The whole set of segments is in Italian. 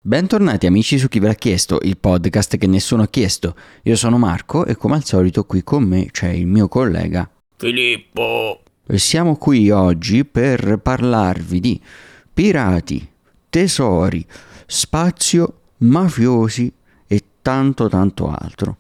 Bentornati amici su Chi ve l'ha chiesto, il podcast che nessuno ha chiesto. Io sono Marco e come al solito qui con me c'è il mio collega Filippo. E siamo qui oggi per parlarvi di pirati, tesori, spazio, mafiosi e tanto altro.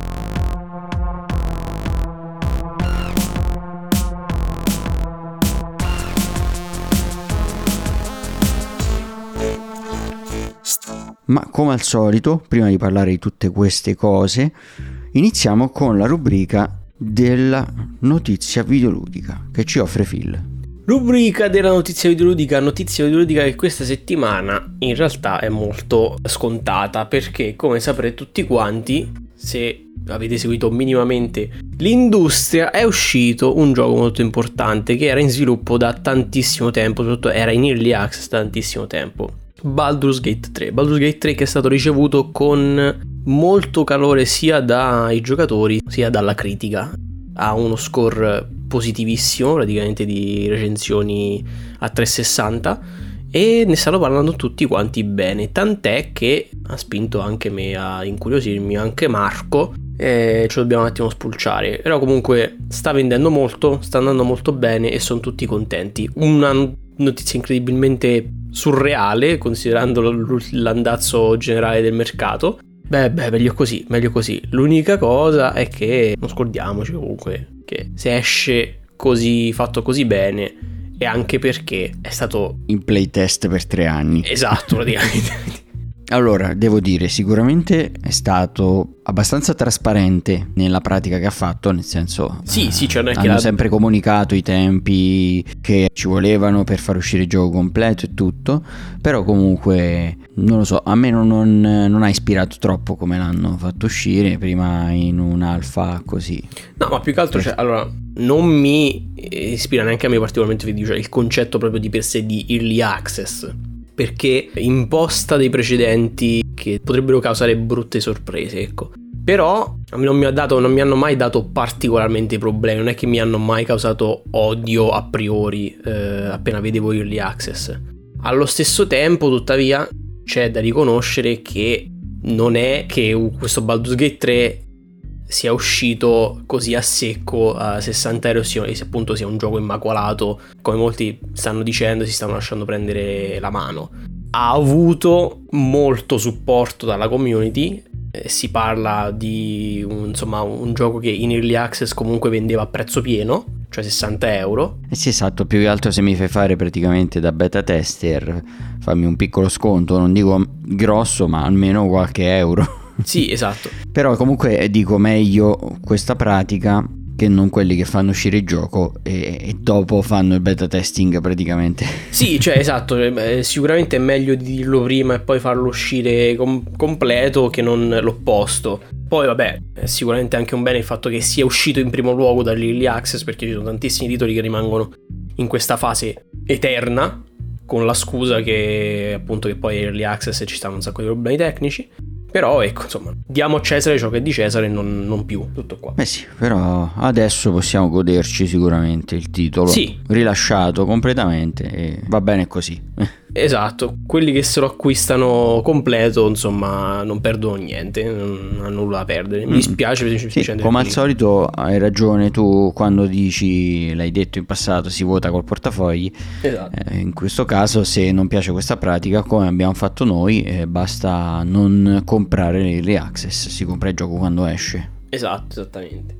Ma come al solito, prima di parlare di tutte queste cose, iniziamo con la rubrica della notizia videoludica che ci offre Phil. Rubrica della notizia videoludica che questa settimana in realtà è molto scontata, perché come saprete tutti quanti, se avete seguito minimamente l'industria, è uscito un gioco molto importante che era in sviluppo da tantissimo tempo, soprattutto era in early access da tantissimo tempo. Baldur's Gate 3 che è stato ricevuto con molto calore sia dai giocatori sia dalla critica. Ha uno score positivissimo, praticamente di recensioni a 360, e ne stanno parlando tutti quanti bene, tant'è che ha spinto anche me a incuriosirmi, anche Marco, e ce lo dobbiamo un attimo spulciare. Però comunque sta vendendo molto, sta andando molto bene e sono tutti contenti. Una notizia incredibilmente surreale considerando l'andazzo generale del mercato. Beh, meglio così. L'unica cosa è che non scordiamoci comunque che se esce così, fatto così bene, è anche perché è stato in playtest per 3 anni. Esatto, praticamente. Allora, devo dire, sicuramente è stato abbastanza trasparente nella pratica che ha fatto, nel senso sì, cioè non è hanno sempre comunicato i tempi che ci volevano per far uscire il gioco completo e tutto, però comunque, non lo so, a me non ha ispirato troppo come l'hanno fatto uscire prima in un'alfa così. No, ma più che altro, cioè, allora, non mi ispira neanche a me particolarmente fiducia il concetto proprio di per sé di early access, perché imposta dei precedenti che potrebbero causare brutte sorprese, ecco. Però non mi hanno mai dato particolarmente problemi, non è che mi hanno mai causato odio a priori appena vedevo Early Access. Allo stesso tempo, tuttavia, c'è da riconoscere che non è che questo Baldur's Gate 3 sia uscito così a secco a 60 euro e se appunto sia un gioco immacolato, come molti stanno dicendo, si stanno lasciando prendere la mano. Ha avuto molto supporto dalla community, si parla di un gioco che in early access comunque vendeva a prezzo pieno, cioè 60 euro. Sì, esatto, più che altro se mi fai fare praticamente da beta tester, fammi un piccolo sconto, non dico grosso ma almeno qualche euro. Sì, esatto. Però comunque dico meglio questa pratica che non quelli che fanno uscire il gioco e dopo fanno il beta testing praticamente. Sì, cioè esatto, sicuramente è meglio di dirlo prima e poi farlo uscire completo che non l'opposto. Poi vabbè, è sicuramente anche un bene il fatto che sia uscito in primo luogo dall'early access, perché ci sono tantissimi titoli che rimangono in questa fase eterna con la scusa che appunto che poi è early access e ci stanno un sacco di problemi tecnici. Però ecco, insomma, diamo a Cesare ciò che è di Cesare, non più, tutto qua. Sì, però adesso possiamo goderci sicuramente il titolo, sì, rilasciato completamente e va bene così. Esatto, quelli che se lo acquistano completo, insomma, non perdono niente, non hanno nulla da perdere. Mi dispiace sì, come al solito hai ragione tu quando dici, l'hai detto in passato, si vota col portafogli. Esatto. In questo caso, se non piace questa pratica, come abbiamo fatto noi, basta non comprare l'early access, si compra il gioco quando esce. Esatto, esattamente.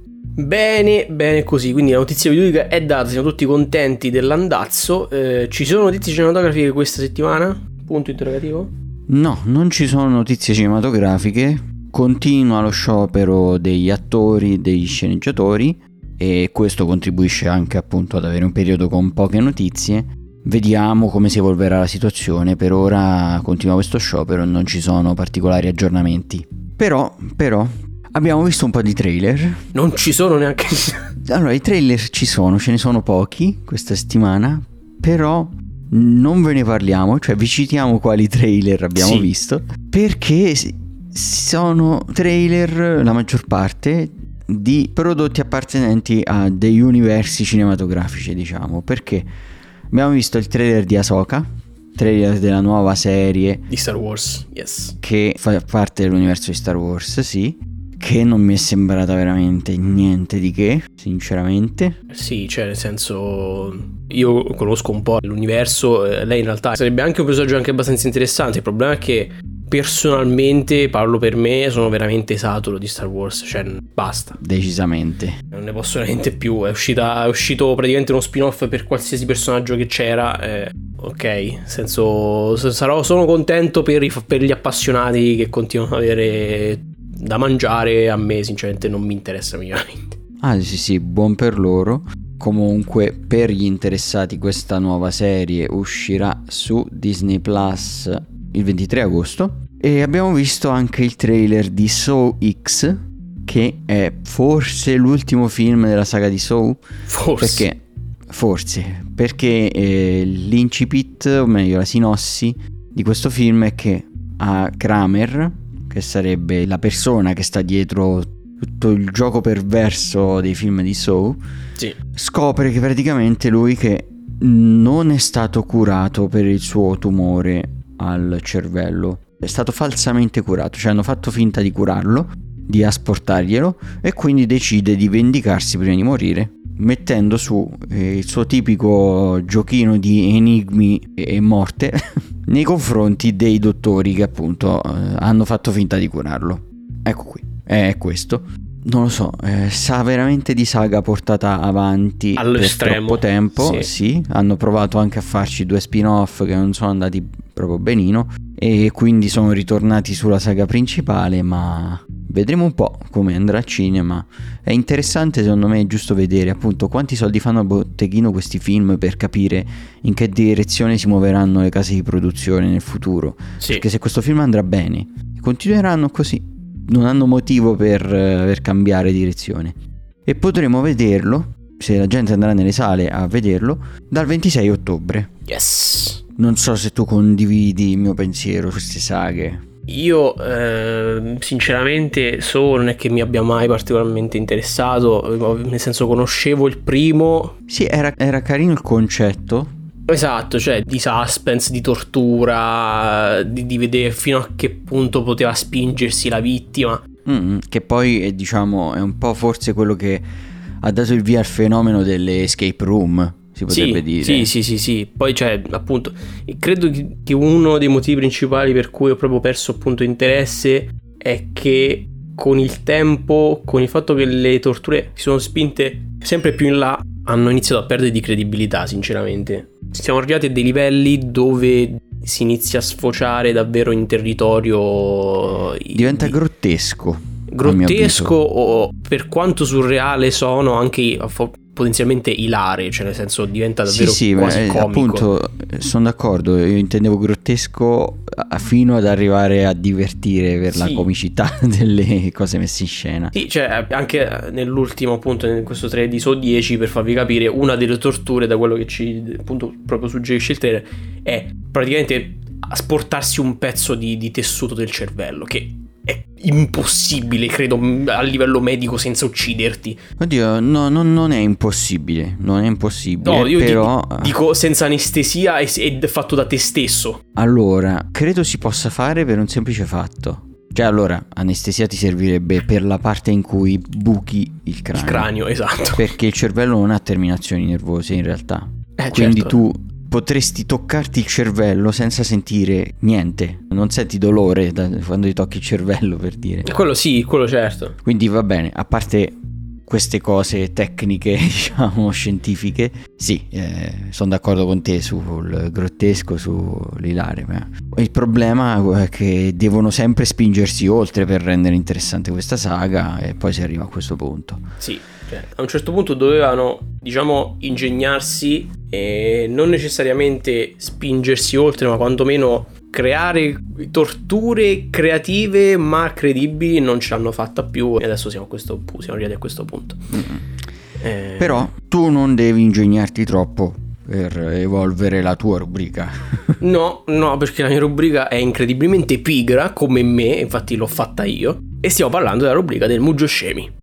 Bene così, quindi la notizia videoludica è data, siamo tutti contenti dell'andazzo. Ci sono notizie cinematografiche questa settimana? Punto interrogativo? No, non ci sono notizie cinematografiche, continua lo sciopero degli attori, degli sceneggiatori e questo contribuisce anche appunto ad avere un periodo con poche notizie. Vediamo come si evolverà la situazione, per ora continua questo sciopero e non ci sono particolari aggiornamenti. Però abbiamo visto un po' di trailer. Non ci sono neanche. Allora, i trailer ci sono, ce ne sono pochi questa settimana, però non ve ne parliamo, cioè vi citiamo quali trailer abbiamo visto, perché sono trailer, la maggior parte, di prodotti appartenenti a degli universi cinematografici, diciamo, perché abbiamo visto il trailer di Ahsoka, trailer della nuova serie di Star Wars, yes, che fa parte dell'universo di Star Wars, sì, che non mi è sembrata veramente niente di che, sinceramente. Sì, cioè nel senso, io conosco un po' l'universo, lei in realtà sarebbe anche un personaggio anche abbastanza interessante. Il problema è che personalmente, parlo per me, sono veramente saturo di Star Wars, cioè basta. Decisamente. Non ne posso veramente più, è uscito praticamente uno spin-off per qualsiasi personaggio che c'era, ok, nel senso sono contento per gli appassionati che continuano ad avere da mangiare. A me sinceramente non mi interessa minimamente. Ah sì, buon per loro. Comunque, per gli interessati, questa nuova serie uscirà su Disney Plus il 23 agosto. E abbiamo visto anche il trailer di Saw X, che è forse l'ultimo film della saga di Saw. Perché l'incipit, o meglio la sinossi di questo film è che a Kramer, che sarebbe la persona che sta dietro tutto il gioco perverso dei film di Saw, sì, scopre che praticamente lui che non è stato curato per il suo tumore al cervello, è stato falsamente curato, cioè hanno fatto finta di curarlo, di asportarglielo, e quindi decide di vendicarsi prima di morire, mettendo su il suo tipico giochino di enigmi e morte nei confronti dei dottori che appunto hanno fatto finta di curarlo. Ecco qui, è questo. Non lo so, sa veramente di saga portata avanti all'estremo per troppo tempo. Sì, hanno provato anche a farci 2 spin-off che non sono andati proprio benino, e quindi sono ritornati sulla saga principale, ma vedremo un po' come andrà al cinema. È interessante, secondo me è giusto vedere appunto quanti soldi fanno al botteghino questi film, per capire in che direzione si muoveranno le case di produzione nel futuro, sì. Perché se questo film andrà bene, continueranno così, non hanno motivo per cambiare direzione, e potremo vederlo, se la gente andrà nelle sale a vederlo, dal 26 ottobre. Yes. Non so se tu condividi il mio pensiero su queste saghe. Io sinceramente non è che mi abbia mai particolarmente interessato, nel senso conoscevo il primo. Sì, era carino il concetto. Esatto, cioè di suspense, di tortura, di vedere fino a che punto poteva spingersi la vittima. Che poi diciamo è un po' forse quello che ha dato il via al fenomeno delle escape room, si potrebbe dire. Sì. Poi cioè appunto credo che uno dei motivi principali per cui ho proprio perso appunto interesse è che con il tempo, con il fatto che le torture si sono spinte sempre più in là, hanno iniziato a perdere di credibilità, sinceramente. Siamo arrivati a dei livelli dove si inizia a sfociare davvero in territorio, diventa grottesco, o per quanto surreale sono anche potenzialmente ilare, cioè nel senso diventa davvero quasi comico. Appunto sono d'accordo, io intendevo grottesco fino ad arrivare a divertire per la comicità delle cose messe in scena. Sì, cioè anche nell'ultimo appunto, in questo 3 di So 10, per farvi capire, una delle torture, da quello che ci appunto proprio suggerisce il trailer, è praticamente asportarsi un pezzo di tessuto del cervello, che è impossibile, credo, a livello medico senza ucciderti. Oddio, no, non è impossibile. Non è impossibile. No, io però dico senza anestesia e fatto da te stesso. Allora, credo si possa fare per un semplice fatto. Cioè, allora, anestesia ti servirebbe per la parte in cui buchi il cranio. Il cranio, esatto. Perché il cervello non ha terminazioni nervose in realtà. Quindi certo. Tu potresti toccarti il cervello senza sentire niente. Non senti dolore quando ti tocchi il cervello, per dire. Quello sì, quello certo. Quindi va bene, a parte queste cose tecniche, diciamo, scientifiche, sì, sono d'accordo con te sul grottesco, sull'ilare. Ma il problema è che devono sempre spingersi oltre per rendere interessante questa saga, e poi si arriva a questo punto. Sì. A un certo punto dovevano, diciamo, ingegnarsi e non necessariamente spingersi oltre, ma quantomeno creare torture creative ma credibili. Non ce l'hanno fatta più e adesso siamo arrivati a questo punto. Però tu non devi ingegnarti troppo per evolvere la tua rubrica. No, perché la mia rubrica è incredibilmente pigra come me, infatti l'ho fatta io, e stiamo parlando della rubrica del Mugio Scemi.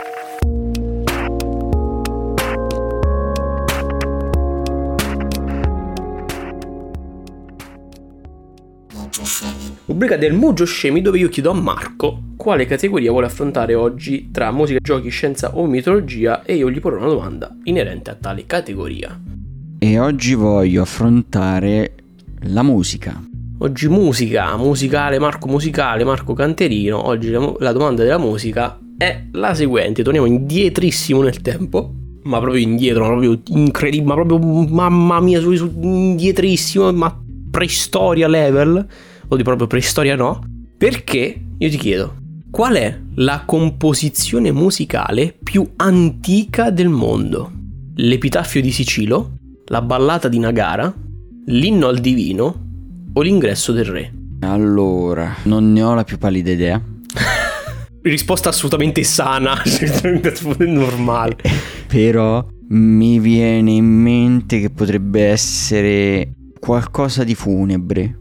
rubrica del Mugio Scemi, dove io chiedo a Marco quale categoria vuole affrontare oggi tra musica, giochi, scienza o mitologia, e io gli porrò una domanda inerente a tale categoria. E oggi voglio affrontare la musica. Oggi musicale, Marco Canterino. Oggi la domanda della musica è la seguente. Torniamo indietrissimo nel tempo, ma proprio indietro, ma proprio incredibile, ma proprio mamma mia, indietrissimo, ma preistoria level, o di proprio preistoria no, perché io ti chiedo, qual è la composizione musicale più antica del mondo? L'epitaffio di Sicilo, la ballata di Nagara, l'inno al divino o l'ingresso del re? Allora, non ne ho la più pallida idea. Risposta assolutamente sana, normale. Però mi viene in mente che potrebbe essere qualcosa di funebre.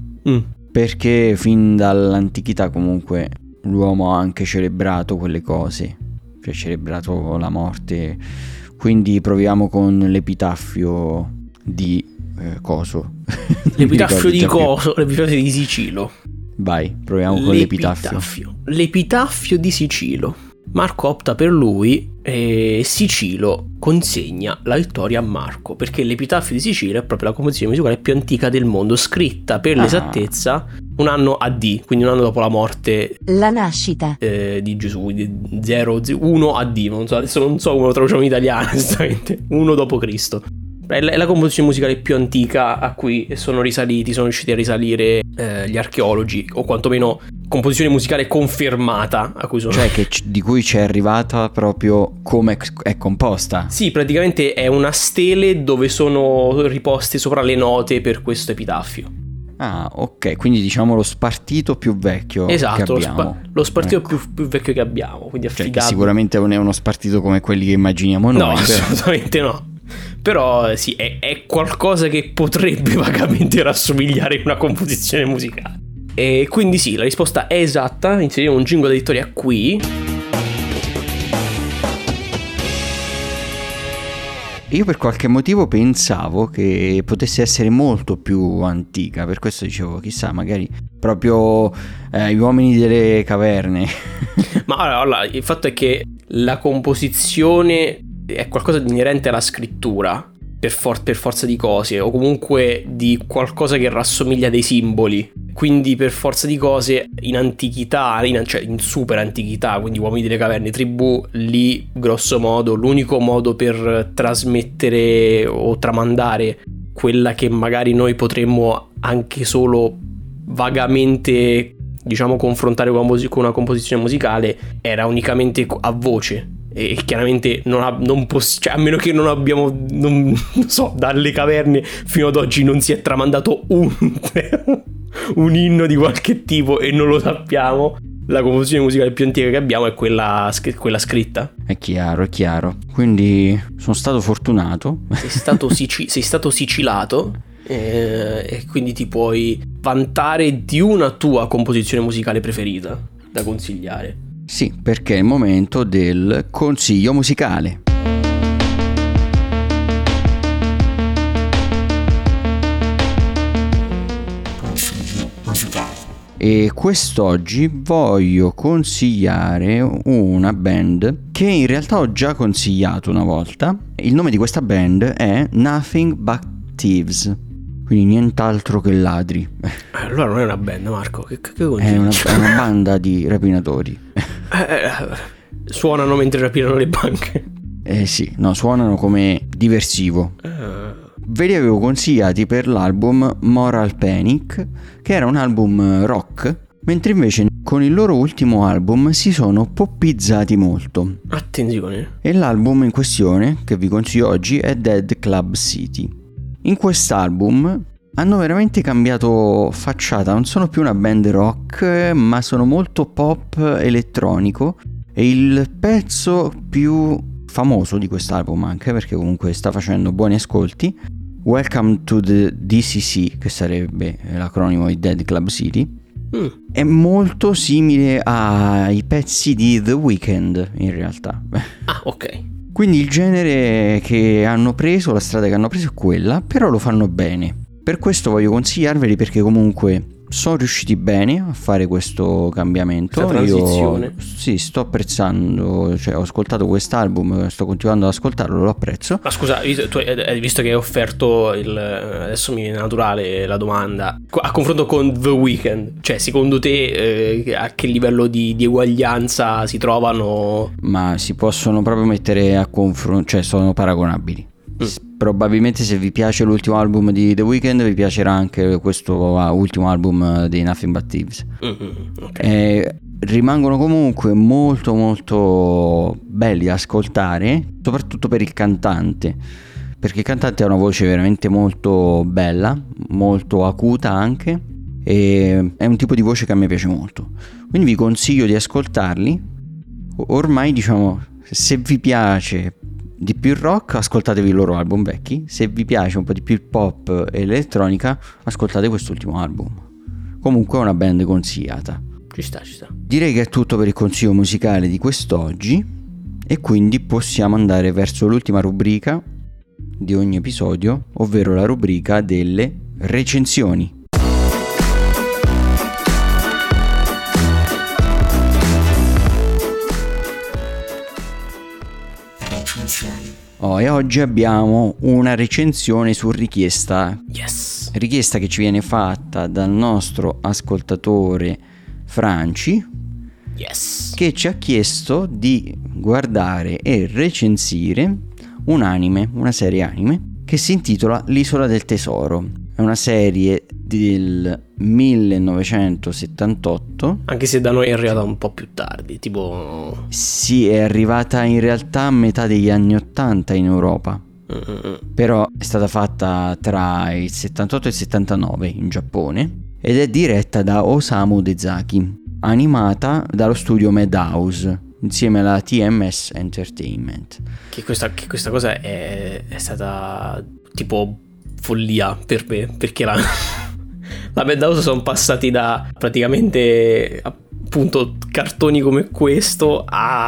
Perché fin dall'antichità comunque l'uomo ha anche celebrato quelle cose, cioè celebrato la morte. Quindi proviamo con l'epitaffio di coso. L'epitaffio di coso, l'epitaffio di Sicilo. Vai, proviamo con l'epitaffio. L'epitaffio di Sicilo. Marco opta per lui e Sicilo consegna la vittoria a Marco, perché l'epitaffio di Sicilo è proprio la composizione musicale più antica del mondo, scritta per l'esattezza un anno AD, quindi un anno dopo la morte, la nascita di Gesù, 1 AD, adesso non so come lo traduciamo in italiano, onestamente, 1 dopo Cristo. È la composizione musicale più antica a cui sono riusciti a risalire gli archeologi, o quantomeno composizione musicale confermata a cui sono... Cioè di cui ci è arrivata proprio come è composta. Sì, praticamente è una stele dove sono riposte sopra le note per questo epitaffio. Ah, ok, quindi diciamo lo spartito più vecchio. Esatto, che abbiamo. lo spartito più vecchio che abbiamo, quindi affidabile. Cioè, che sicuramente non è uno spartito come quelli che immaginiamo noi. No, assolutamente no. Però sì, è qualcosa che potrebbe vagamente rassomigliare a una composizione musicale. E quindi sì, la risposta è esatta. Inseriamo un jingle da vittoria qui. Io per qualche motivo pensavo che potesse essere molto più antica, per questo dicevo, chissà, magari proprio gli uomini delle caverne. Ma allora, il fatto è che la composizione è qualcosa di inerente alla scrittura, per forza di cose, o comunque di qualcosa che rassomiglia a dei simboli. Quindi per forza di cose in antichità, cioè in super antichità, quindi uomini delle caverne, tribù, lì grosso modo l'unico modo per trasmettere o tramandare quella che magari noi potremmo anche solo vagamente, diciamo, confrontare con una composizione musicale era unicamente a voce. E chiaramente cioè, a meno che non abbiamo, non so, dalle caverne fino ad oggi non si è tramandato un inno di qualche tipo e non lo sappiamo, la composizione musicale più antica che abbiamo è quella scritta. È chiaro. Quindi sono stato fortunato. Sei stato sicilato e quindi ti puoi vantare di una tua composizione musicale preferita da consigliare. Sì, perché è il momento del consiglio musicale. E quest'oggi voglio consigliare una band che in realtà ho già consigliato una volta. Il nome di questa band è Nothing But Thieves, quindi nient'altro che ladri. Allora non è una band, Marco, che è una banda di rapinatori. Suonano mentre rapinano le banche. Sì, no, suonano come diversivo. Ve li avevo consigliati per l'album Moral Panic, che era un album rock, mentre invece con il loro ultimo album si sono poppizzati molto. Attenzione. E l'album in questione, che vi consiglio oggi, è Dead Club City. In quest'album hanno veramente cambiato facciata, non sono più una band rock, ma sono molto pop elettronico. E il pezzo più famoso di quest'album, anche perché comunque sta facendo buoni ascolti, Welcome to the DCC, che sarebbe l'acronimo di Dead Club City, è molto simile ai pezzi di The Weeknd in realtà. Ah, ok. Quindi il genere che hanno preso, la strada che hanno preso è quella, però lo fanno bene. Per questo voglio consigliarveli, perché comunque sono riusciti bene a fare questo cambiamento. Questa transizione. Io sì, sto apprezzando, cioè ho ascoltato quest'album, sto continuando ad ascoltarlo, lo apprezzo. Ma scusa, visto che hai offerto adesso mi viene naturale la domanda, a confronto con The Weeknd, cioè secondo te a che livello di eguaglianza si trovano? Ma si possono proprio mettere a confronto, cioè sono paragonabili. Probabilmente se vi piace l'ultimo album di The Weeknd vi piacerà anche questo ultimo album di Nothing But Thieves. Okay. Rimangono comunque molto molto belli da ascoltare, soprattutto per il cantante, perché il cantante ha una voce veramente molto bella, molto acuta anche, e è un tipo di voce che a me piace molto, quindi vi consiglio di ascoltarli. Ormai diciamo, se vi piace di più il rock, ascoltatevi i loro album vecchi. Se vi piace un po' di più il pop e l'elettronica, ascoltate quest'ultimo album. Comunque è una band consigliata. Ci sta. Direi che è tutto per il consiglio musicale di quest'oggi, e quindi possiamo andare verso l'ultima rubrica di ogni episodio, ovvero la rubrica delle recensioni. E oggi abbiamo una recensione su richiesta. Yes. Richiesta che ci viene fatta dal nostro ascoltatore Franci. Yes. Che ci ha chiesto di guardare e recensire un anime, una serie anime che si intitola L'Isola del Tesoro. È una serie del 1978. Anche se da noi è arrivata un po' più tardi, tipo... Sì, è arrivata in realtà a metà degli anni 80 in Europa. Però è stata fatta tra il 78 e il 79 in Giappone ed è diretta da Osamu Dezaki, animata dallo studio Madhouse insieme alla TMS Entertainment. Che questa cosa è stata tipo follia per me, perché la Madhouse sono passati da praticamente appunto cartoni come questo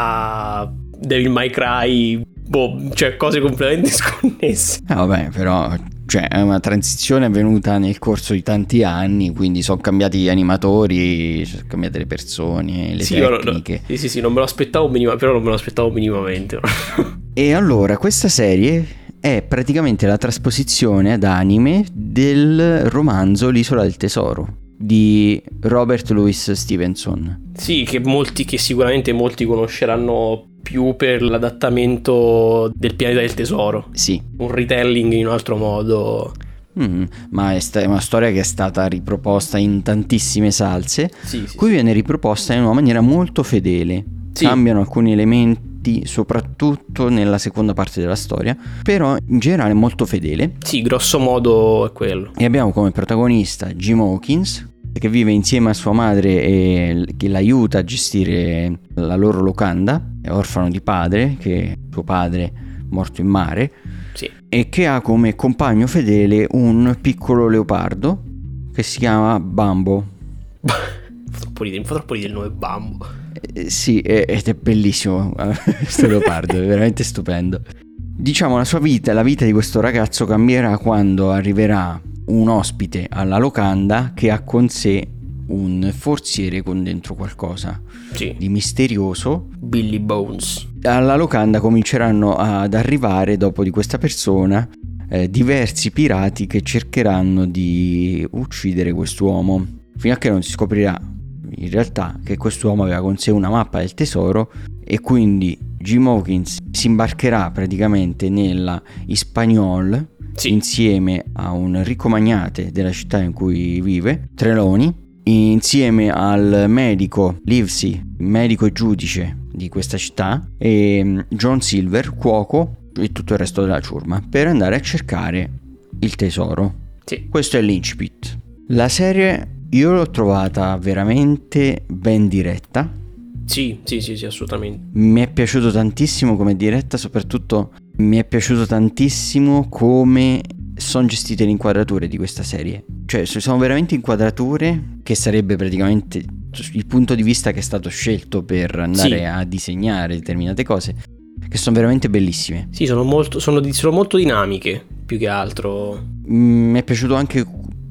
a Devil May Cry, cioè cose completamente sconnesse. Vabbè, però cioè è una transizione avvenuta nel corso di tanti anni, quindi sono cambiati gli animatori, sono cambiate le persone, le tecniche. Sì, non me lo aspettavo però non me lo aspettavo minimamente. E allora, questa serie è praticamente la trasposizione ad anime del romanzo L'Isola del Tesoro di Robert Louis Stevenson. Sì, che sicuramente molti conosceranno più per l'adattamento del Pianeta del Tesoro. Sì. Un retelling in un altro modo. Ma è una storia che è stata riproposta in tantissime salse. Qui viene riproposta in una maniera molto fedele. Sì. Cambiano alcuni elementi, soprattutto nella seconda parte della storia, però in generale molto fedele. Sì, grosso modo è quello. E abbiamo come protagonista Jim Hawkins, che vive insieme a sua madre e che l'aiuta a gestire la loro locanda. È orfano di padre, che suo padre morto in mare. Sì. E che ha come compagno fedele un piccolo leopardo che si chiama Bambo. Mi fa troppo ridere il nome Bambo. Sì, ed è bellissimo questo leopardo, è veramente stupendo. Diciamo, la vita di questo ragazzo cambierà quando arriverà un ospite alla locanda che ha con sé un forziere con dentro qualcosa di misterioso. Billy Bones. Alla locanda cominceranno ad arrivare, dopo di questa persona, diversi pirati che cercheranno di uccidere quest'uomo, fino a che non si scoprirà in realtà che quest'uomo aveva con sé una mappa del tesoro, e quindi Jim Hawkins si imbarcherà praticamente nella Hispaniola insieme a un ricco magnate della città in cui vive, Trelawney, insieme al medico Livesey, medico e giudice di questa città, e John Silver, cuoco, e tutto il resto della ciurma, per andare a cercare il tesoro. Sì. Questo è l'incipit. La serie io l'ho trovata veramente ben diretta. Sì, assolutamente. Mi è piaciuto tantissimo come diretta, soprattutto mi è piaciuto tantissimo come sono gestite le inquadrature di questa serie. Cioè sono veramente inquadrature che sarebbe praticamente il punto di vista che è stato scelto per andare a disegnare determinate cose, che sono veramente bellissime. Sì, sono molto dinamiche, più che altro. Mi è piaciuto anche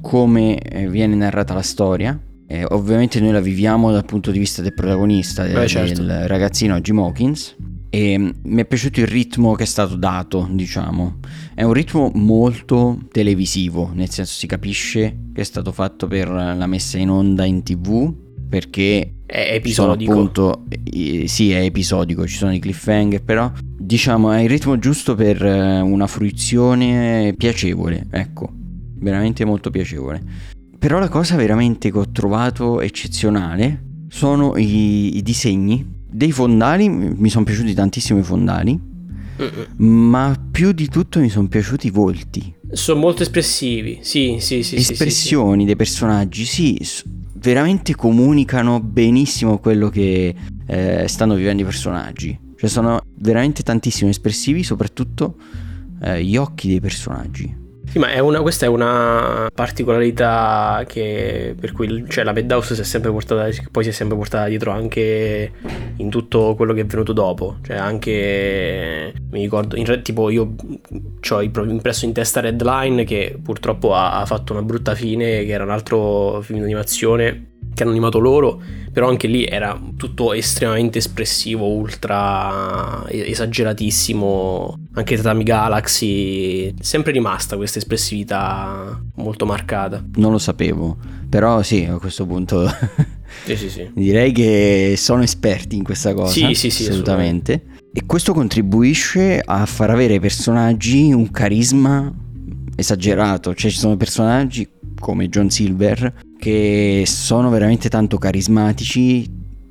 come viene narrata la storia. Ovviamente noi la viviamo dal punto di vista del protagonista, certo. del ragazzino Jim Hawkins, e mi è piaciuto il ritmo che è stato dato, diciamo. È un ritmo molto televisivo, nel senso si capisce che è stato fatto per la messa in onda in TV, perché è episodico. Appunto, sì, è episodico, ci sono i cliffhanger, però diciamo è il ritmo giusto per una fruizione piacevole, ecco, veramente molto piacevole. Però la cosa veramente che ho trovato eccezionale sono i disegni dei fondali. Mi sono piaciuti tantissimo i fondali, ma più di tutto mi sono piaciuti i volti. Sono molto espressivi, sì. Espressioni dei personaggi, sì, veramente comunicano benissimo quello che stanno vivendo i personaggi. Cioè sono veramente tantissimo espressivi, soprattutto gli occhi dei personaggi. Sì, ma questa è una particolarità per cui la Madhouse si è sempre portata dietro anche in tutto quello che è venuto dopo. Cioè anche, mi ricordo, tipo io c'ho impresso in testa Red Line, che purtroppo ha fatto una brutta fine, che era un altro film d'animazione che hanno animato loro, però anche lì era tutto estremamente espressivo, ultra esageratissimo. Anche Tatami Galaxy, sempre rimasta questa espressività molto marcata. Non lo sapevo, però sì, a questo punto sì. direi che sono esperti in questa cosa. Sì, assolutamente. E questo contribuisce a far avere ai personaggi un carisma esagerato. Cioè ci sono personaggi come John Silver che sono veramente tanto carismatici,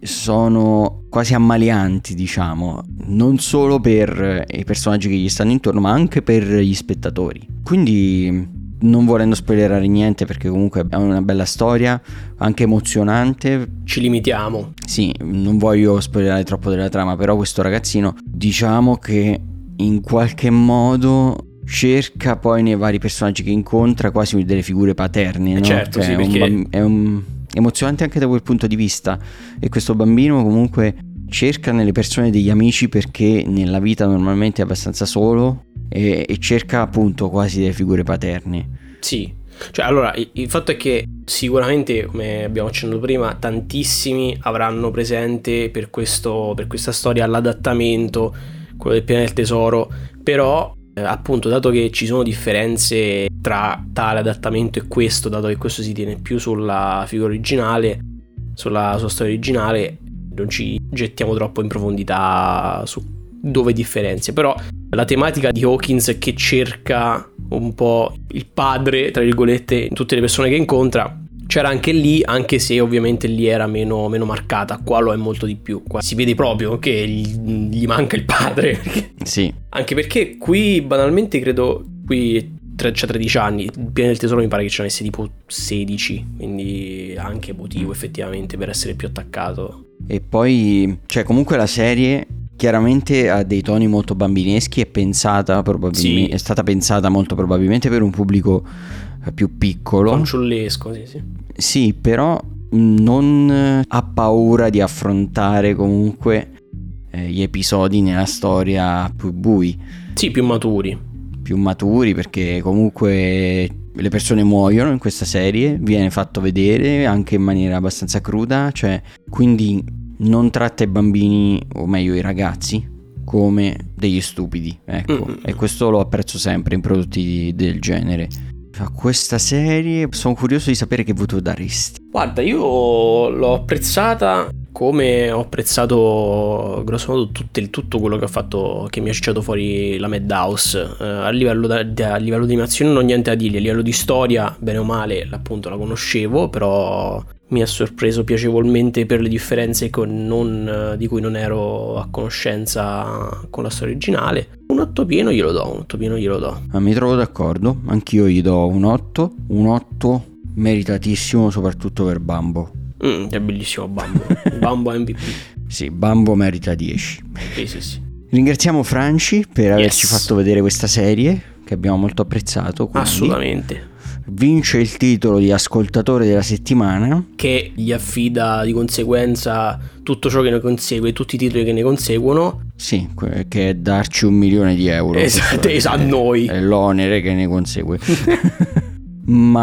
sono quasi ammalianti, diciamo, non solo per i personaggi che gli stanno intorno, ma anche per gli spettatori. Quindi, non volendo spoilerare niente, perché comunque è una bella storia, anche emozionante. Ci limitiamo. Sì, non voglio spoilerare troppo della trama, però questo ragazzino, diciamo che in qualche modo cerca poi nei vari personaggi che incontra quasi delle figure paterne, no? Certo, cioè, sì, perché è emozionante anche da quel punto di vista. E questo bambino comunque cerca nelle persone degli amici, perché nella vita normalmente è abbastanza solo, e cerca appunto quasi delle figure paterne. Sì, cioè allora il fatto è che sicuramente, come abbiamo accennato prima, tantissimi avranno presente per questa storia l'adattamento, quello del Pianeta del Tesoro, però appunto, dato che ci sono differenze tra tale adattamento e questo, dato che questo si tiene più sulla figura originale, sulla sua storia originale, non ci gettiamo troppo in profondità su dove differenze. Però la tematica di Hawkins, che cerca un po' il padre, tra virgolette, in tutte le persone che incontra, c'era anche lì, anche se ovviamente lì era meno marcata. Qua lo è molto di più. Qua si vede proprio che gli manca il padre. Sì. Anche perché qui banalmente credo, qui c'ha 13 anni, il Pianeta del Tesoro mi pare che ce n'avesse tipo 16, quindi anche motivo effettivamente per essere più attaccato. E poi, cioè comunque la serie chiaramente ha dei toni molto bambineschi, è pensata probabilmente, è stata pensata molto probabilmente per un pubblico più piccolo, fanciullesco, sì. Sì, però non ha paura di affrontare comunque gli episodi nella storia più bui. Sì, più maturi, perché comunque le persone muoiono in questa serie, viene fatto vedere anche in maniera abbastanza cruda, cioè quindi non tratta i bambini, o meglio i ragazzi, come degli stupidi, ecco. E questo lo apprezzo sempre in prodotti del genere. A questa serie sono curioso di sapere che voto daresti. Guarda, io l'ho apprezzata come ho apprezzato grosso modo tutto quello che ho fatto, che mi ha cicciato fuori la Madhouse. A livello di animazione non ho niente da dire, a livello di storia bene o male appunto la conoscevo, però mi ha sorpreso piacevolmente per le differenze di cui non ero a conoscenza con la storia originale. Un 8 pieno glielo do. Mi trovo d'accordo, anch'io gli do un 8 meritatissimo, soprattutto per Bambo. È bellissimo Bambo. Bambo MVP. Sì, Bambo merita 10. Sì. Ringraziamo Franci per averci fatto vedere questa serie, che abbiamo molto apprezzato. Quindi assolutamente. Vince il titolo di ascoltatore della settimana, che gli affida di conseguenza tutto ciò che ne consegue, tutti i titoli che ne conseguono. Sì, che è darci 1 milione di euro. Esatto, a noi. È l'onere che ne consegue. Ma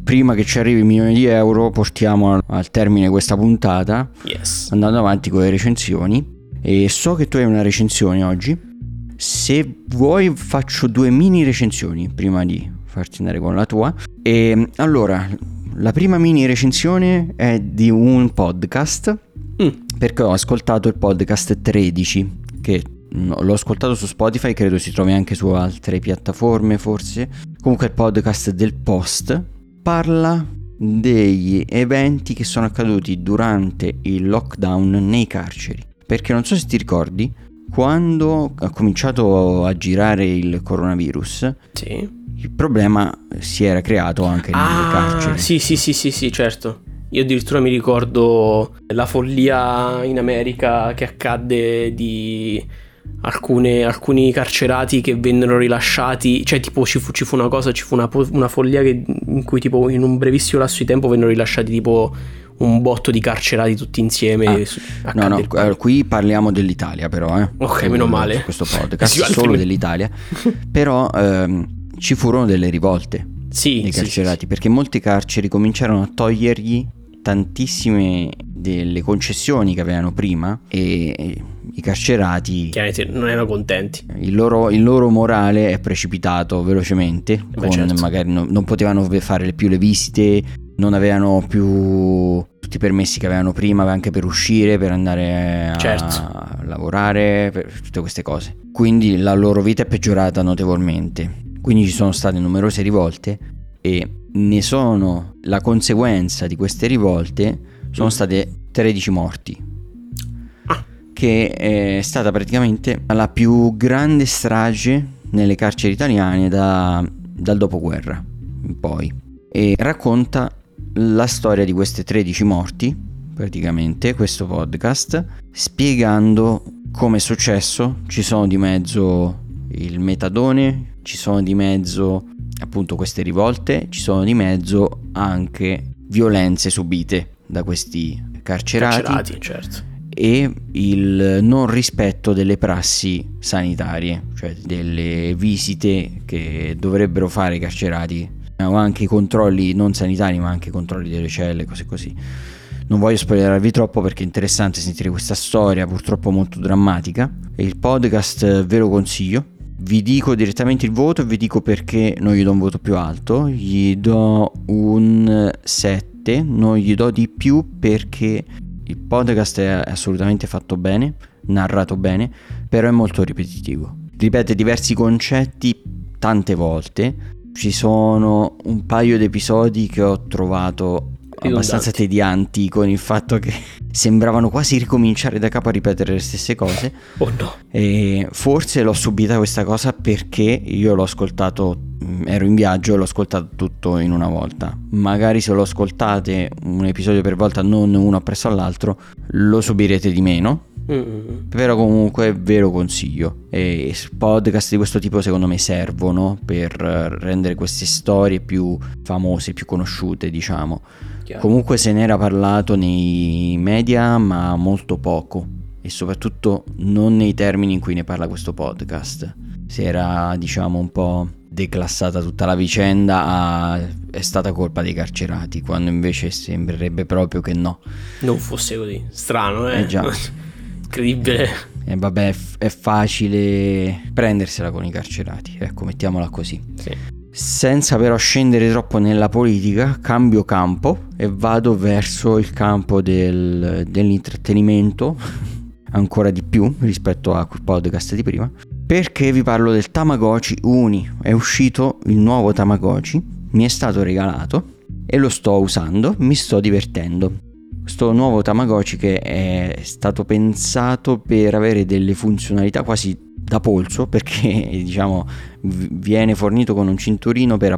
prima che ci arrivi il milione di euro portiamo al termine questa puntata, andando avanti con le recensioni. E so che tu hai una recensione oggi. Se vuoi faccio 2 mini recensioni prima di farti andare con la tua. E allora, la prima mini recensione è di un podcast, perché ho ascoltato il podcast 13, che l'ho ascoltato su Spotify, credo si trovi anche su altre piattaforme forse. Comunque il podcast del Post parla degli eventi che sono accaduti durante il lockdown nei carceri. Perché non so se ti ricordi, quando ha cominciato a girare il coronavirus, sì, il problema si era creato anche nelle carceri. Sì, certo. Io addirittura mi ricordo la follia in America che accadde di alcuni carcerati che vennero rilasciati, cioè tipo ci fu una follia in cui tipo in un brevissimo lasso di tempo vennero rilasciati tipo un botto di carcerati tutti insieme. No, qui parliamo dell'Italia però, ok, meno male. Su questo podcast solo dell'Italia. Però ci furono delle rivolte dei carcerati, perché molti carceri cominciarono a togliergli tantissime delle concessioni che avevano prima, e i carcerati chiaramente non erano contenti. Il loro morale è precipitato velocemente. Certo. Magari non potevano fare più le visite, non avevano più tutti i permessi che avevano prima, anche per uscire, per andare a lavorare, per tutte queste cose. Quindi la loro vita è peggiorata notevolmente. Quindi ci sono state numerose rivolte, e la conseguenza di queste rivolte sono state 13 morti, che è stata praticamente la più grande strage nelle carceri italiane dal dopoguerra in poi. E racconta la storia di queste 13 morti, praticamente, questo podcast, spiegando come è successo. Ci sono di mezzo il metadone, ci sono di mezzo appunto queste rivolte, ci sono di mezzo anche violenze subite da questi carcerati, certo, e il non rispetto delle prassi sanitarie, cioè delle visite che dovrebbero fare i carcerati, o anche i controlli non sanitari, ma anche i controlli delle celle, cose così. Non voglio spoilerarvi troppo perché è interessante sentire questa storia, purtroppo molto drammatica, e il podcast ve lo consiglio. Vi dico direttamente il voto e vi dico perché non gli do un voto più alto. Gli do un 7, non gli do di più perché il podcast è assolutamente fatto bene, narrato bene, però è molto ripetitivo. Ripete diversi concetti tante volte. Ci sono un paio di episodi che ho trovato abbastanza tedianti, con il fatto che sembravano quasi ricominciare da capo a ripetere le stesse cose. Oh no. E forse l'ho subita questa cosa perché io l'ho ascoltato, ero in viaggio e l'ho ascoltato tutto in una volta. Magari se lo ascoltate un episodio per volta, non uno appresso all'altro, lo subirete di meno. Però comunque ve lo consiglio, e podcast di questo tipo secondo me servono per rendere queste storie più famose, più conosciute, diciamo. Comunque se n'era parlato nei media, ma molto poco, e soprattutto non nei termini in cui ne parla questo podcast. Si era, diciamo, un po' declassata tutta la vicenda è stata colpa dei carcerati, quando invece sembrerebbe proprio che no, non fosse così. Strano, già. Incredibile. E vabbè, è facile prendersela con i carcerati, ecco, mettiamola così. Sì. Senza però scendere troppo nella politica, cambio campo e vado verso il campo dell'intrattenimento, ancora di più rispetto a quel podcast di prima, perché vi parlo del Tamagotchi Uni. È uscito il nuovo Tamagotchi, mi è stato regalato e lo sto usando, mi sto divertendo. Questo nuovo Tamagotchi, che è stato pensato per avere delle funzionalità quasi da polso, perché diciamo viene fornito con un cinturino per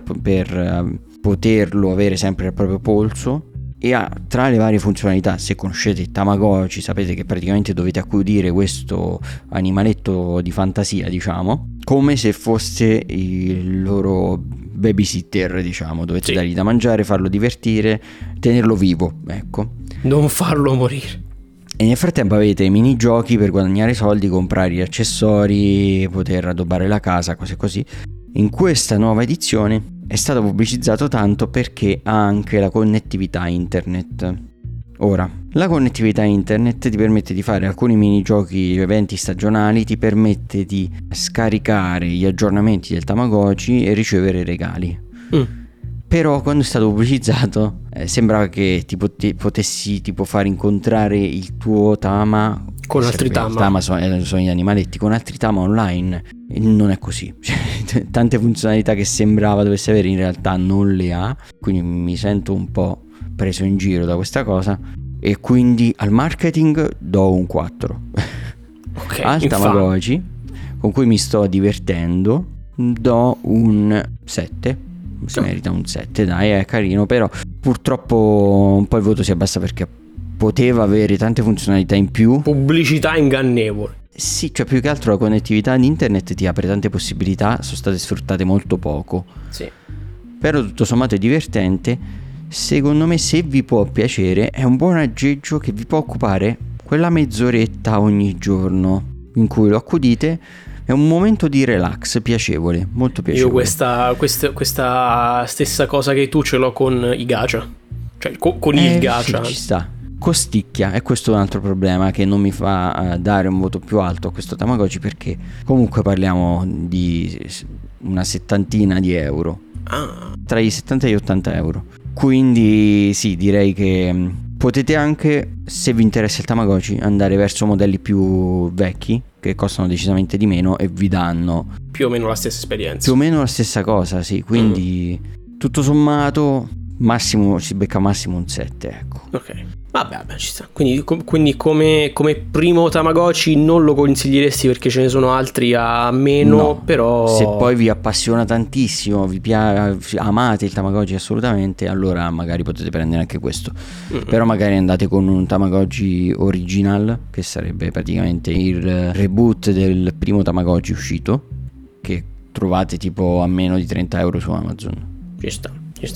poterlo avere sempre al proprio polso, e ha tra le varie funzionalità, se conoscete il Tamagotchi sapete che praticamente dovete accudire questo animaletto di fantasia, diciamo, come se fosse il loro babysitter, diciamo. Dovete dargli da mangiare, farlo divertire, tenerlo vivo, ecco, non farlo morire. E nel frattempo avete i minigiochi per guadagnare soldi, comprare gli accessori, poter addobbare la casa, cose così. In questa nuova edizione è stato pubblicizzato tanto perché ha anche la connettività internet. Ora, la connettività internet ti permette di fare alcuni minigiochi, eventi stagionali, ti permette di scaricare gli aggiornamenti del Tamagotchi e ricevere regali. Però quando è stato pubblicizzato sembrava che potessi tipo far incontrare il tuo Tama con altri Tama. Tama sono gli animaletti, con altri Tama online. E non è così. Tante funzionalità che sembrava dovesse avere in realtà non le ha. Quindi mi sento un po' preso in giro da questa cosa. E quindi al marketing do un 4. Al Tamagotchi, con cui mi sto divertendo, do un 7. Si merita un 7, dai, è carino, però purtroppo un po' il voto si abbassa perché poteva avere tante funzionalità in più. Pubblicità ingannevole. Sì, cioè più che altro la connettività di internet ti apre tante possibilità, sono state sfruttate molto poco. Sì. Però tutto sommato è divertente. Secondo me, se vi può piacere, è un buon aggeggio che vi può occupare quella mezz'oretta ogni giorno in cui lo accudite. È un momento di relax piacevole, molto piacevole. Io questa stessa cosa che tu ce l'ho con i gacha. Cioè con il gacha. Sì, ci sta. Costicchia, e questo è un altro problema che non mi fa dare un voto più alto a questo Tamagotchi, perché comunque parliamo di una settantina di euro. Tra i 70 e gli 80 euro. Quindi sì, direi che potete anche, se vi interessa il Tamagotchi, andare verso modelli più vecchi che costano decisamente di meno e vi danno più o meno la stessa esperienza. Più o meno la stessa cosa, sì. Quindi tutto sommato massimo si becca massimo un 7, ecco. Ok. Vabbè, ci sta. Quindi come primo Tamagotchi non lo consiglieresti perché ce ne sono altri a meno, no, però se poi vi appassiona tantissimo, amate il Tamagotchi assolutamente, allora magari potete prendere anche questo. Però magari andate con un Tamagotchi original, che sarebbe praticamente il reboot del primo Tamagotchi uscito, che trovate tipo a meno di 30 euro su Amazon. Ci sta.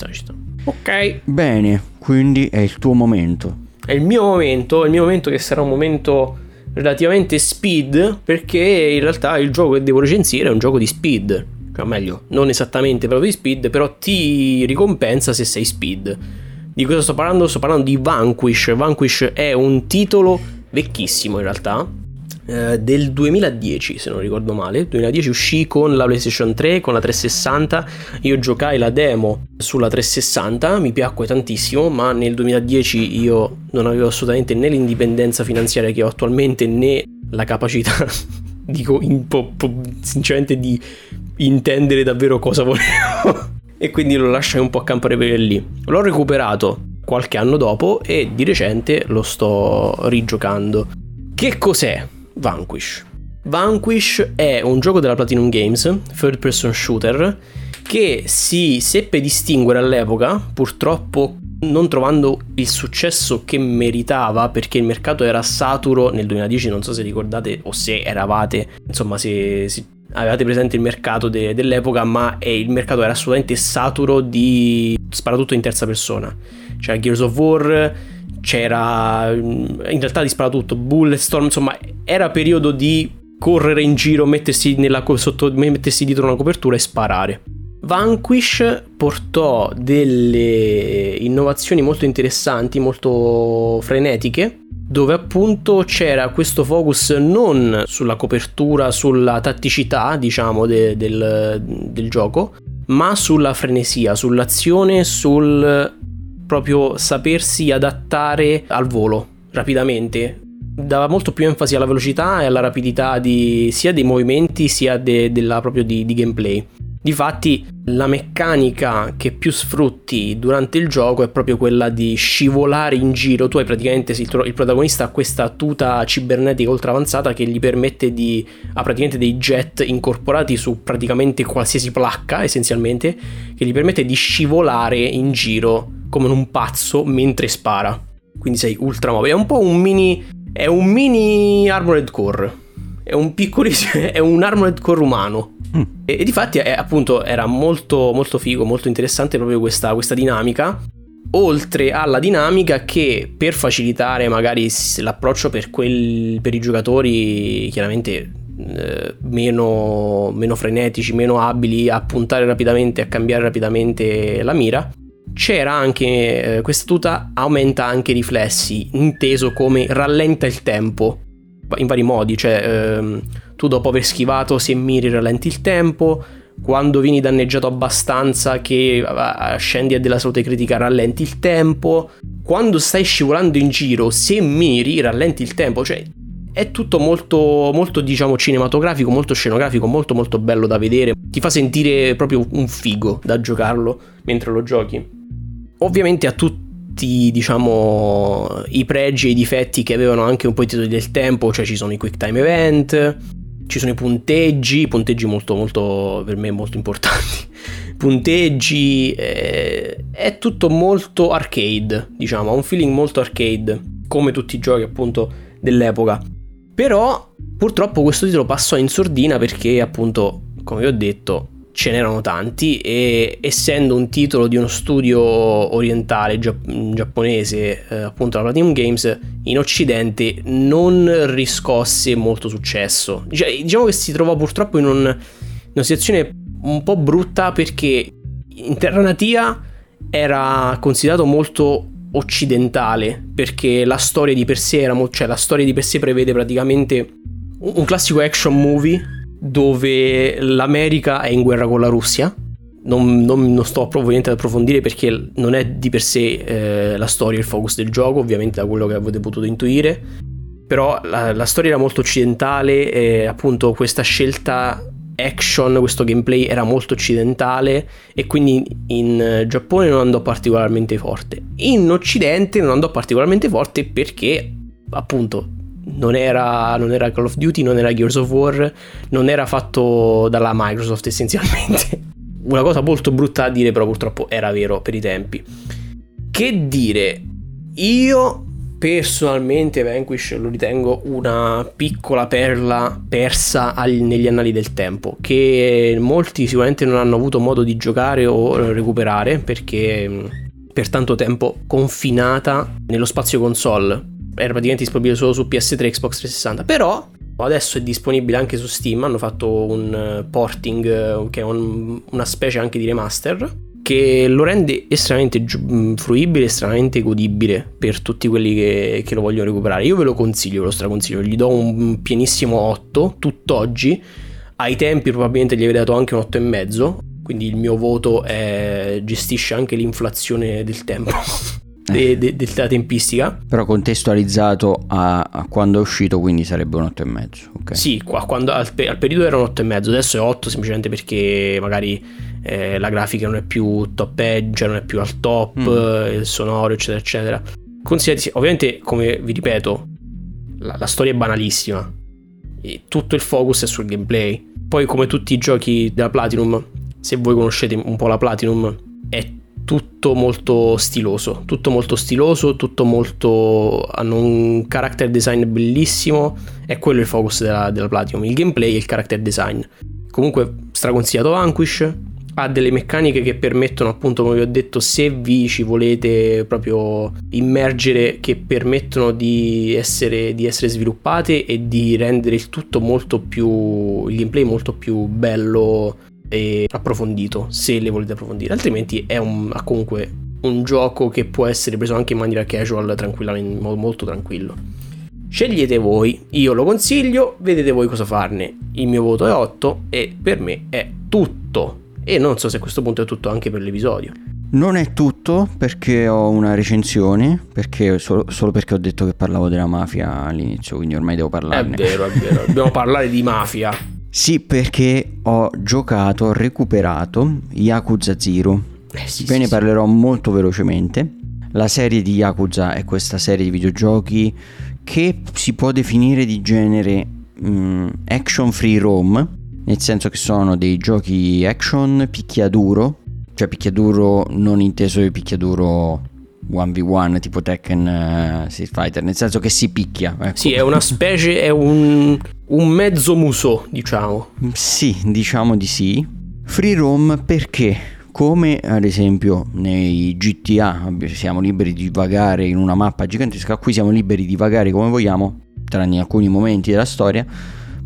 Ok. Bene, quindi è il tuo momento. È il mio momento che sarà un momento relativamente speed, perché in realtà il gioco che devo recensire è un gioco di speed, cioè meglio, non esattamente proprio di speed, però ti ricompensa se sei speed. Di cosa sto parlando? Sto parlando di Vanquish. Vanquish è un titolo vecchissimo in realtà, del 2010 se non ricordo male. 2010 uscì con la PlayStation 3, con la 360. Io giocai la demo sulla 360, mi piacque tantissimo, ma nel 2010 io non avevo assolutamente né l'indipendenza finanziaria che ho attualmente, né la capacità dico sinceramente di intendere davvero cosa volevo e quindi lo lasciai un po' a campare per lì. L'ho recuperato qualche anno dopo e di recente lo sto rigiocando. Che cos'è Vanquish? Vanquish è un gioco della Platinum Games, third person shooter, che si seppe distinguere all'epoca, purtroppo non trovando il successo che meritava, perché il mercato era saturo nel 2010, non so se ricordate o se eravate, insomma se avevate presente il mercato dell'epoca, ma il mercato era assolutamente saturo di sparatutto in terza persona. C'era Gears of War, c'era in realtà di sparatutto, Bulletstorm, insomma era periodo di correre in giro, mettersi dietro una copertura e sparare. Vanquish portò delle innovazioni molto interessanti, molto frenetiche, dove appunto c'era questo focus non sulla copertura, sulla tatticità diciamo del gioco, ma sulla frenesia, sull'azione, sul proprio sapersi adattare al volo rapidamente. Dava molto più enfasi alla velocità e alla rapidità sia dei movimenti sia della proprio di gameplay. Difatti la meccanica che più sfrutti durante il gioco è proprio quella di scivolare in giro. Tu hai praticamente, il protagonista ha questa tuta cibernetica ultra avanzata che gli permette ha praticamente dei jet incorporati su praticamente qualsiasi placca essenzialmente, che gli permette di scivolare in giro come un pazzo mentre spara. Quindi sei ultra mobile, è un po' un mini Armored Core, è un Armored Core umano. E difatti appunto era molto molto figo, molto interessante proprio questa dinamica, oltre alla dinamica che, per facilitare magari l'approccio per i giocatori chiaramente meno frenetici, meno abili a puntare rapidamente, a cambiare rapidamente la mira. C'era anche questa tuta aumenta anche i riflessi, inteso come rallenta il tempo in vari modi, cioè tu dopo aver schivato, se miri rallenti il tempo, quando vieni danneggiato abbastanza che scendi a della salute critica rallenti il tempo, quando stai scivolando in giro se miri rallenti il tempo, cioè è tutto molto molto diciamo cinematografico, molto scenografico, molto molto bello da vedere, ti fa sentire proprio un figo da giocarlo mentre lo giochi. Ovviamente ha tutti, diciamo, i pregi e i difetti che avevano anche un po' i titoli del tempo, cioè ci sono i quick time event, ci sono i punteggi molto molto per me molto importanti. Punteggi, è tutto molto arcade, diciamo, ha un feeling molto arcade, come tutti i giochi appunto dell'epoca. Però purtroppo questo titolo passò in sordina perché appunto, come vi ho detto, ce n'erano tanti e essendo un titolo di uno studio orientale giapponese, appunto la Platinum Games, in occidente non riscosse molto successo. Diciamo che si trovò purtroppo in una situazione un po' brutta perché in terra natia era considerato molto occidentale, perché la storia di per sé era cioè la storia di per sé prevede praticamente un classico action movie dove l'America è in guerra con la Russia. Non sto ovviamente ad approfondire perché non è di per sé la storia il focus del gioco, ovviamente da quello che avete potuto intuire, però la storia era molto occidentale e appunto questa scelta action, questo gameplay era molto occidentale e quindi in Giappone non andò particolarmente forte. In Occidente non andò particolarmente forte perché appunto non era Call of Duty, non era Gears of War, non era fatto dalla Microsoft essenzialmente. Una cosa molto brutta da dire, però purtroppo era vero per i tempi. Che dire, io personalmente Vanquish lo ritengo una piccola perla persa negli annali del tempo, che molti sicuramente non hanno avuto modo di giocare o recuperare perché per tanto tempo confinata nello spazio console. Era praticamente disponibile solo su PS3 e Xbox 360, però adesso è disponibile anche su Steam. Hanno fatto un porting che è una specie anche di remaster che lo rende estremamente fruibile, estremamente godibile per tutti quelli che lo vogliono recuperare. Io ve lo consiglio, ve lo straconsiglio, gli do un pienissimo 8 tutt'oggi. Ai tempi probabilmente gli avrei dato anche un 8,5, quindi il mio voto gestisce anche l'inflazione del tempo. Della tempistica, però contestualizzato a quando è uscito, quindi sarebbe un 8,5. Okay. Sì, quando al periodo era un 8,5, adesso è 8 semplicemente perché magari la grafica non è più top edge, non è più al top, il sonoro eccetera eccetera. Considerate, ovviamente, come vi ripeto, la storia è banalissima e tutto il focus è sul gameplay. Poi, come tutti i giochi della Platinum, se voi conoscete un po' la Platinum, è tutto molto stiloso, hanno un character design bellissimo, è quello il focus della Platinum, il gameplay e il character design. Comunque straconsigliato Vanquish, ha delle meccaniche che permettono appunto, come vi ho detto, se vi ci volete proprio immergere, che permettono di essere sviluppate e di rendere il tutto il gameplay molto più bello e approfondito, se le volete approfondire. Altrimenti ha comunque un gioco che può essere preso anche in maniera casual, tranquillamente, molto tranquillo. Scegliete voi, io lo consiglio, vedete voi cosa farne. Il mio voto è 8 e per me è tutto. E non so se a questo punto è tutto anche per l'episodio. Non è tutto, perché ho una recensione, perché solo perché ho detto che parlavo della mafia all'inizio, quindi ormai devo parlarne. È vero, dobbiamo parlare di mafia. Sì, perché ho recuperato Yakuza 0. Ve ne parlerò molto velocemente. La serie di Yakuza è questa serie di videogiochi che si può definire di genere action free roam, nel senso che sono dei giochi action picchiaduro, cioè picchiaduro non inteso di picchiaduro 1v1 tipo Tekken, Street Fighter, nel senso che si picchia, ecco. Sì, è una specie, è un mezzo muso, diciamo. Sì, diciamo di sì. Free roam perché, come ad esempio nei GTA siamo liberi di vagare in una mappa gigantesca, qui siamo liberi di vagare come vogliamo, tranne in alcuni momenti della storia.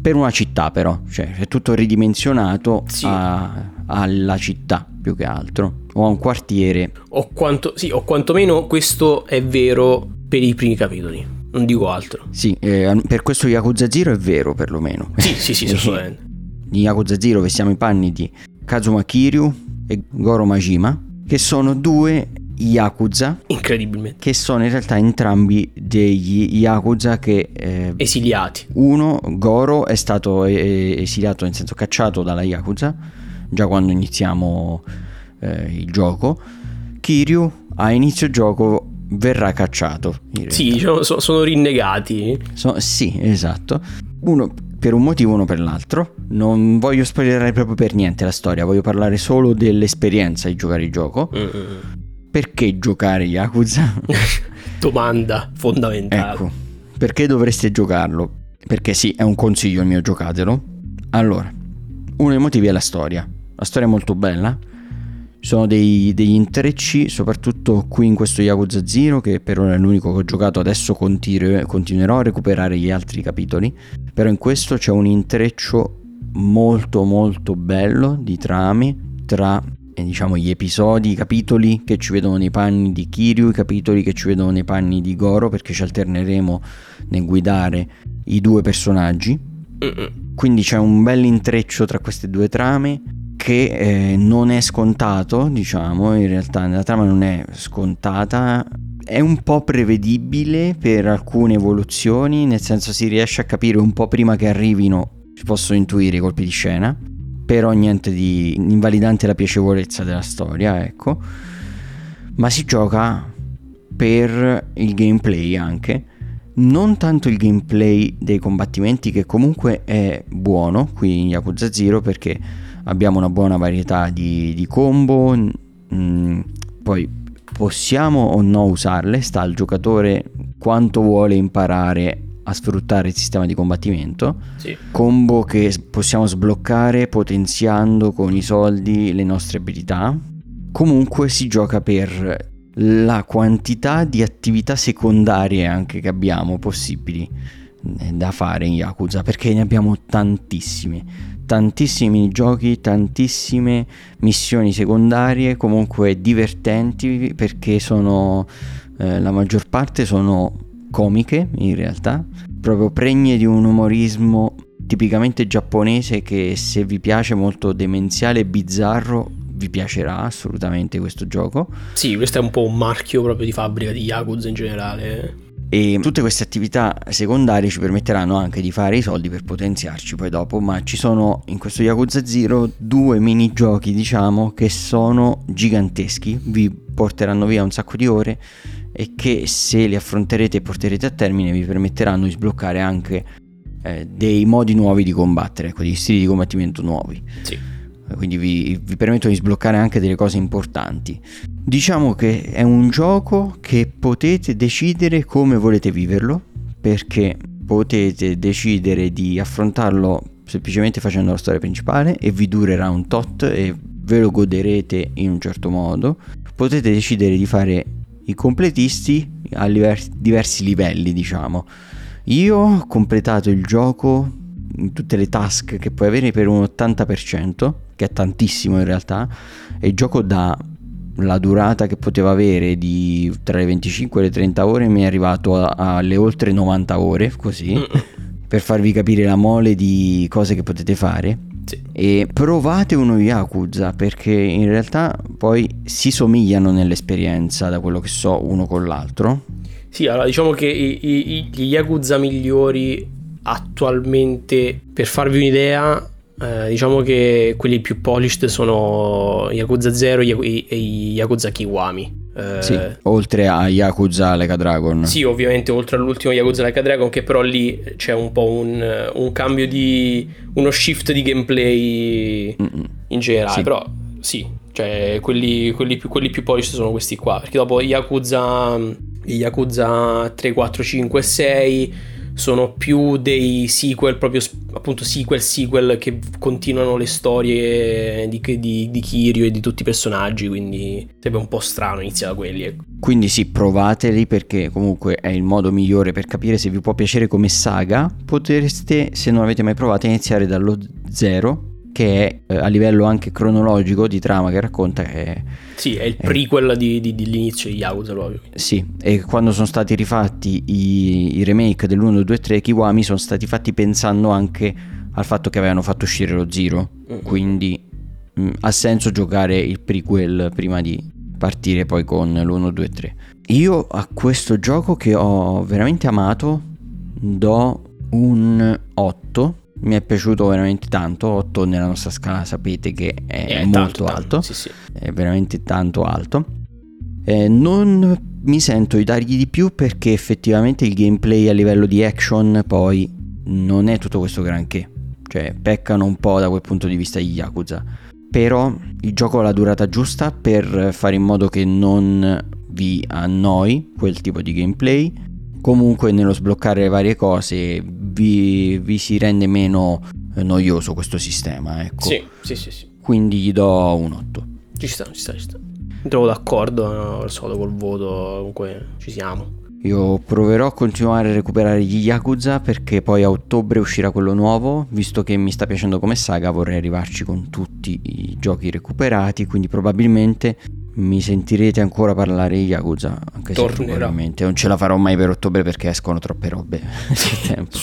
per una città, però, cioè è tutto ridimensionato Sì. alla città più che altro, o a un quartiere. O quantomeno questo è vero per i primi capitoli, non dico altro. Sì, per questo Yakuza Zero è vero perlomeno. Sì, assolutamente. In Yakuza Zero vestiamo i panni di Kazuma Kiryu e Goro Majima, che sono due Yakuza, Incredibilmente. che sono in realtà entrambi degli Yakuza che Esiliati. uno, Goro, è stato esiliato, nel senso cacciato dalla Yakuza già quando iniziamo il gioco. Kiryu a inizio gioco verrà cacciato in realtà. Sì, diciamo, sono rinnegati. Sì, esatto. Uno per un motivo, uno per l'altro. Non voglio spoilerare proprio per niente la storia, voglio parlare solo dell'esperienza di giocare il gioco. Perché giocare Yakuza? Domanda fondamentale. Ecco, perché dovreste giocarlo? Perché sì, è un consiglio il mio, giocatelo. Allora, uno dei motivi è la storia. La storia è molto bella. Ci sono degli intrecci, soprattutto qui in questo Yakuza Zero, che per ora è l'unico che ho giocato. Adesso continuerò a recuperare gli altri capitoli. Però in questo c'è un intreccio molto molto bello di trame tra diciamo gli episodi, i capitoli che ci vedono nei panni di Kiryu, i capitoli che ci vedono nei panni di Goro, perché ci alterneremo nel guidare i due personaggi. Quindi c'è un bel intreccio tra queste due trame che non è scontato, diciamo, in realtà la trama non è scontata, è un po' prevedibile per alcune evoluzioni, nel senso si riesce a capire un po' prima che arrivino, si possono intuire i colpi di scena, però niente di invalidante la piacevolezza della storia, ecco. Ma si gioca per il gameplay anche, non tanto il gameplay dei combattimenti, che comunque è buono qui in Yakuza Zero, perché abbiamo una buona varietà di combo, poi possiamo o no usarle, sta al giocatore quanto vuole imparare a sfruttare il sistema di combattimento. Sì. Combo che possiamo sbloccare potenziando con i soldi le nostre abilità. Comunque si gioca per la quantità di attività secondarie anche che abbiamo possibili da fare in Yakuza, perché ne abbiamo tantissimi minigiochi, tantissime missioni secondarie, comunque divertenti, perché sono la maggior parte sono comiche in realtà, proprio pregne di un umorismo tipicamente giapponese, che se vi piace molto demenziale e bizzarro vi piacerà assolutamente questo gioco. Sì, questo è un po' un marchio proprio di fabbrica di Yakuza in generale. E tutte queste attività secondarie ci permetteranno anche di fare i soldi per potenziarci poi dopo, ma ci sono in questo Yakuza Zero due minigiochi, diciamo, che sono giganteschi, vi porteranno via un sacco di ore e che se li affronterete e porterete a termine vi permetteranno di sbloccare anche dei modi nuovi di combattere, ecco, degli stili di combattimento nuovi. Sì. Quindi vi permettono di sbloccare anche delle cose importanti. Diciamo che è un gioco che potete decidere come volete viverlo, perché potete decidere di affrontarlo semplicemente facendo la storia principale e vi durerà un tot e ve lo goderete in un certo modo. Potete decidere di fare i completisti a diversi livelli, diciamo. Io ho completato il gioco in tutte le task che puoi avere per un 80%, che è tantissimo in realtà, e il gioco da la durata che poteva avere di tra le 25 e le 30 ore mi è arrivato alle oltre 90 ore, così, per farvi capire la mole di cose che potete fare. Sì. E provate uno Yakuza, perché in realtà poi si somigliano nell'esperienza, da quello che so, uno con l'altro. Sì, allora diciamo che gli Yakuza migliori attualmente, per farvi un'idea, diciamo che quelli più polished sono Yakuza 0 e Yakuza Kiwami. Sì, oltre a Yakuza Like a Dragon. Sì, ovviamente oltre all'ultimo Yakuza Like a Dragon, che però lì c'è un po' un cambio uno shift di gameplay in generale. Sì. Però sì, cioè quelli più polished sono questi qua, perché dopo Yakuza 3, 4, 5 e 6 sono più dei sequel, proprio appunto sequel che continuano le storie di Kiryu e di tutti i personaggi, quindi sarebbe un po' strano iniziare da quelli, ecco. Quindi sì, provateli, perché comunque è il modo migliore per capire se vi può piacere come saga. Potreste, se non avete mai provato, iniziare dallo 0, che è a livello anche cronologico di trama che racconta, sì, è il prequel dell'inizio di Yakuza proprio. Sì, e quando sono stati rifatti i remake dell'1, 2 e 3, Kiwami sono stati fatti pensando anche al fatto che avevano fatto uscire lo Zero, quindi ha senso giocare il prequel prima di partire poi con l'1, 2 e 3. Io a questo gioco, che ho veramente amato, do un 8. Mi è piaciuto veramente tanto. 8 nella nostra scala sapete che è molto alto. Sì. È veramente tanto alto. Non mi sento di dargli di più, perché effettivamente il gameplay a livello di action poi non è tutto questo granché, cioè peccano un po' da quel punto di vista gli Yakuza. Però il gioco ha la durata giusta per fare in modo che non vi annoi quel tipo di gameplay. Comunque nello sbloccare le varie cose vi si rende meno noioso questo sistema, ecco. Sì. Quindi gli do un 8. Ci sta. Mi trovo d'accordo, al solito col voto, comunque ci siamo. Io proverò a continuare a recuperare gli Yakuza, perché poi a ottobre uscirà quello nuovo. Visto che mi sta piacendo come saga, vorrei arrivarci con tutti i giochi recuperati, quindi probabilmente mi sentirete ancora parlare di Yakuza, anche se probabilmente non ce la farò mai per ottobre, perché escono troppe robe nel tempo.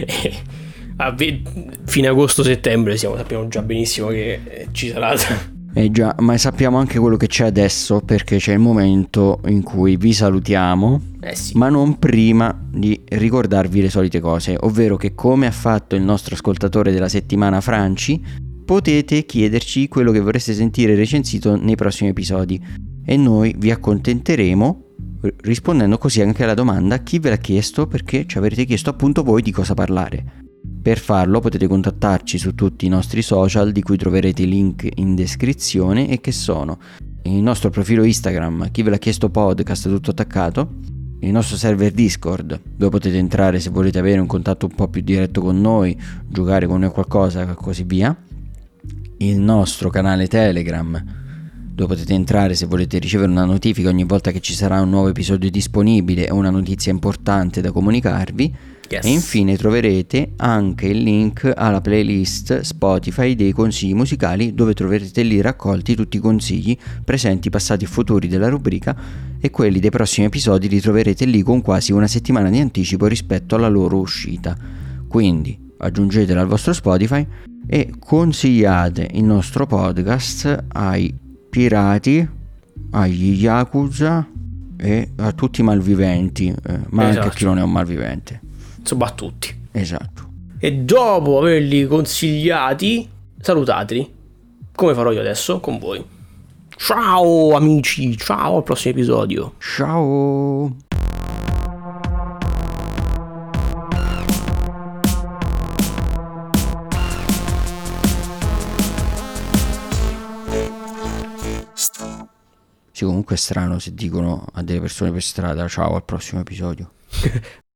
Fine agosto-settembre sappiamo già benissimo che ci sarà. Già, ma sappiamo anche quello che c'è adesso, perché c'è il momento in cui vi salutiamo, sì. ma non prima di ricordarvi le solite cose, ovvero che, come ha fatto il nostro ascoltatore della settimana Franci, potete chiederci quello che vorreste sentire recensito nei prossimi episodi, e noi vi accontenteremo rispondendo così anche alla domanda: chi ve l'ha chiesto? Perché ci avrete chiesto appunto voi di cosa parlare. Per farlo potete contattarci su tutti i nostri social, di cui troverete i link in descrizione, e che sono il nostro profilo Instagram, chi ve l'ha chiesto podcast, tutto attaccato, il nostro server Discord, dove potete entrare se volete avere un contatto un po' più diretto con noi, giocare con noi a qualcosa e così via, il nostro canale Telegram, dove potete entrare se volete ricevere una notifica ogni volta che ci sarà un nuovo episodio disponibile o una notizia importante da comunicarvi. Yes. E infine troverete anche il link alla playlist Spotify dei consigli musicali, dove troverete lì raccolti tutti i consigli presenti, passati e futuri della rubrica, e quelli dei prossimi episodi li troverete lì con quasi una settimana di anticipo rispetto alla loro uscita. Quindi aggiungetela al vostro Spotify e consigliate il nostro podcast ai pirati, agli Yakuza e a tutti i malviventi, ma anche a chi non è un malvivente. Insomma, a tutti. Esatto. E dopo averli consigliati, salutateli, come farò io adesso con voi. Ciao amici, ciao al prossimo episodio. Ciao. Sì, comunque è strano se dicono a delle persone per strada ciao al prossimo episodio.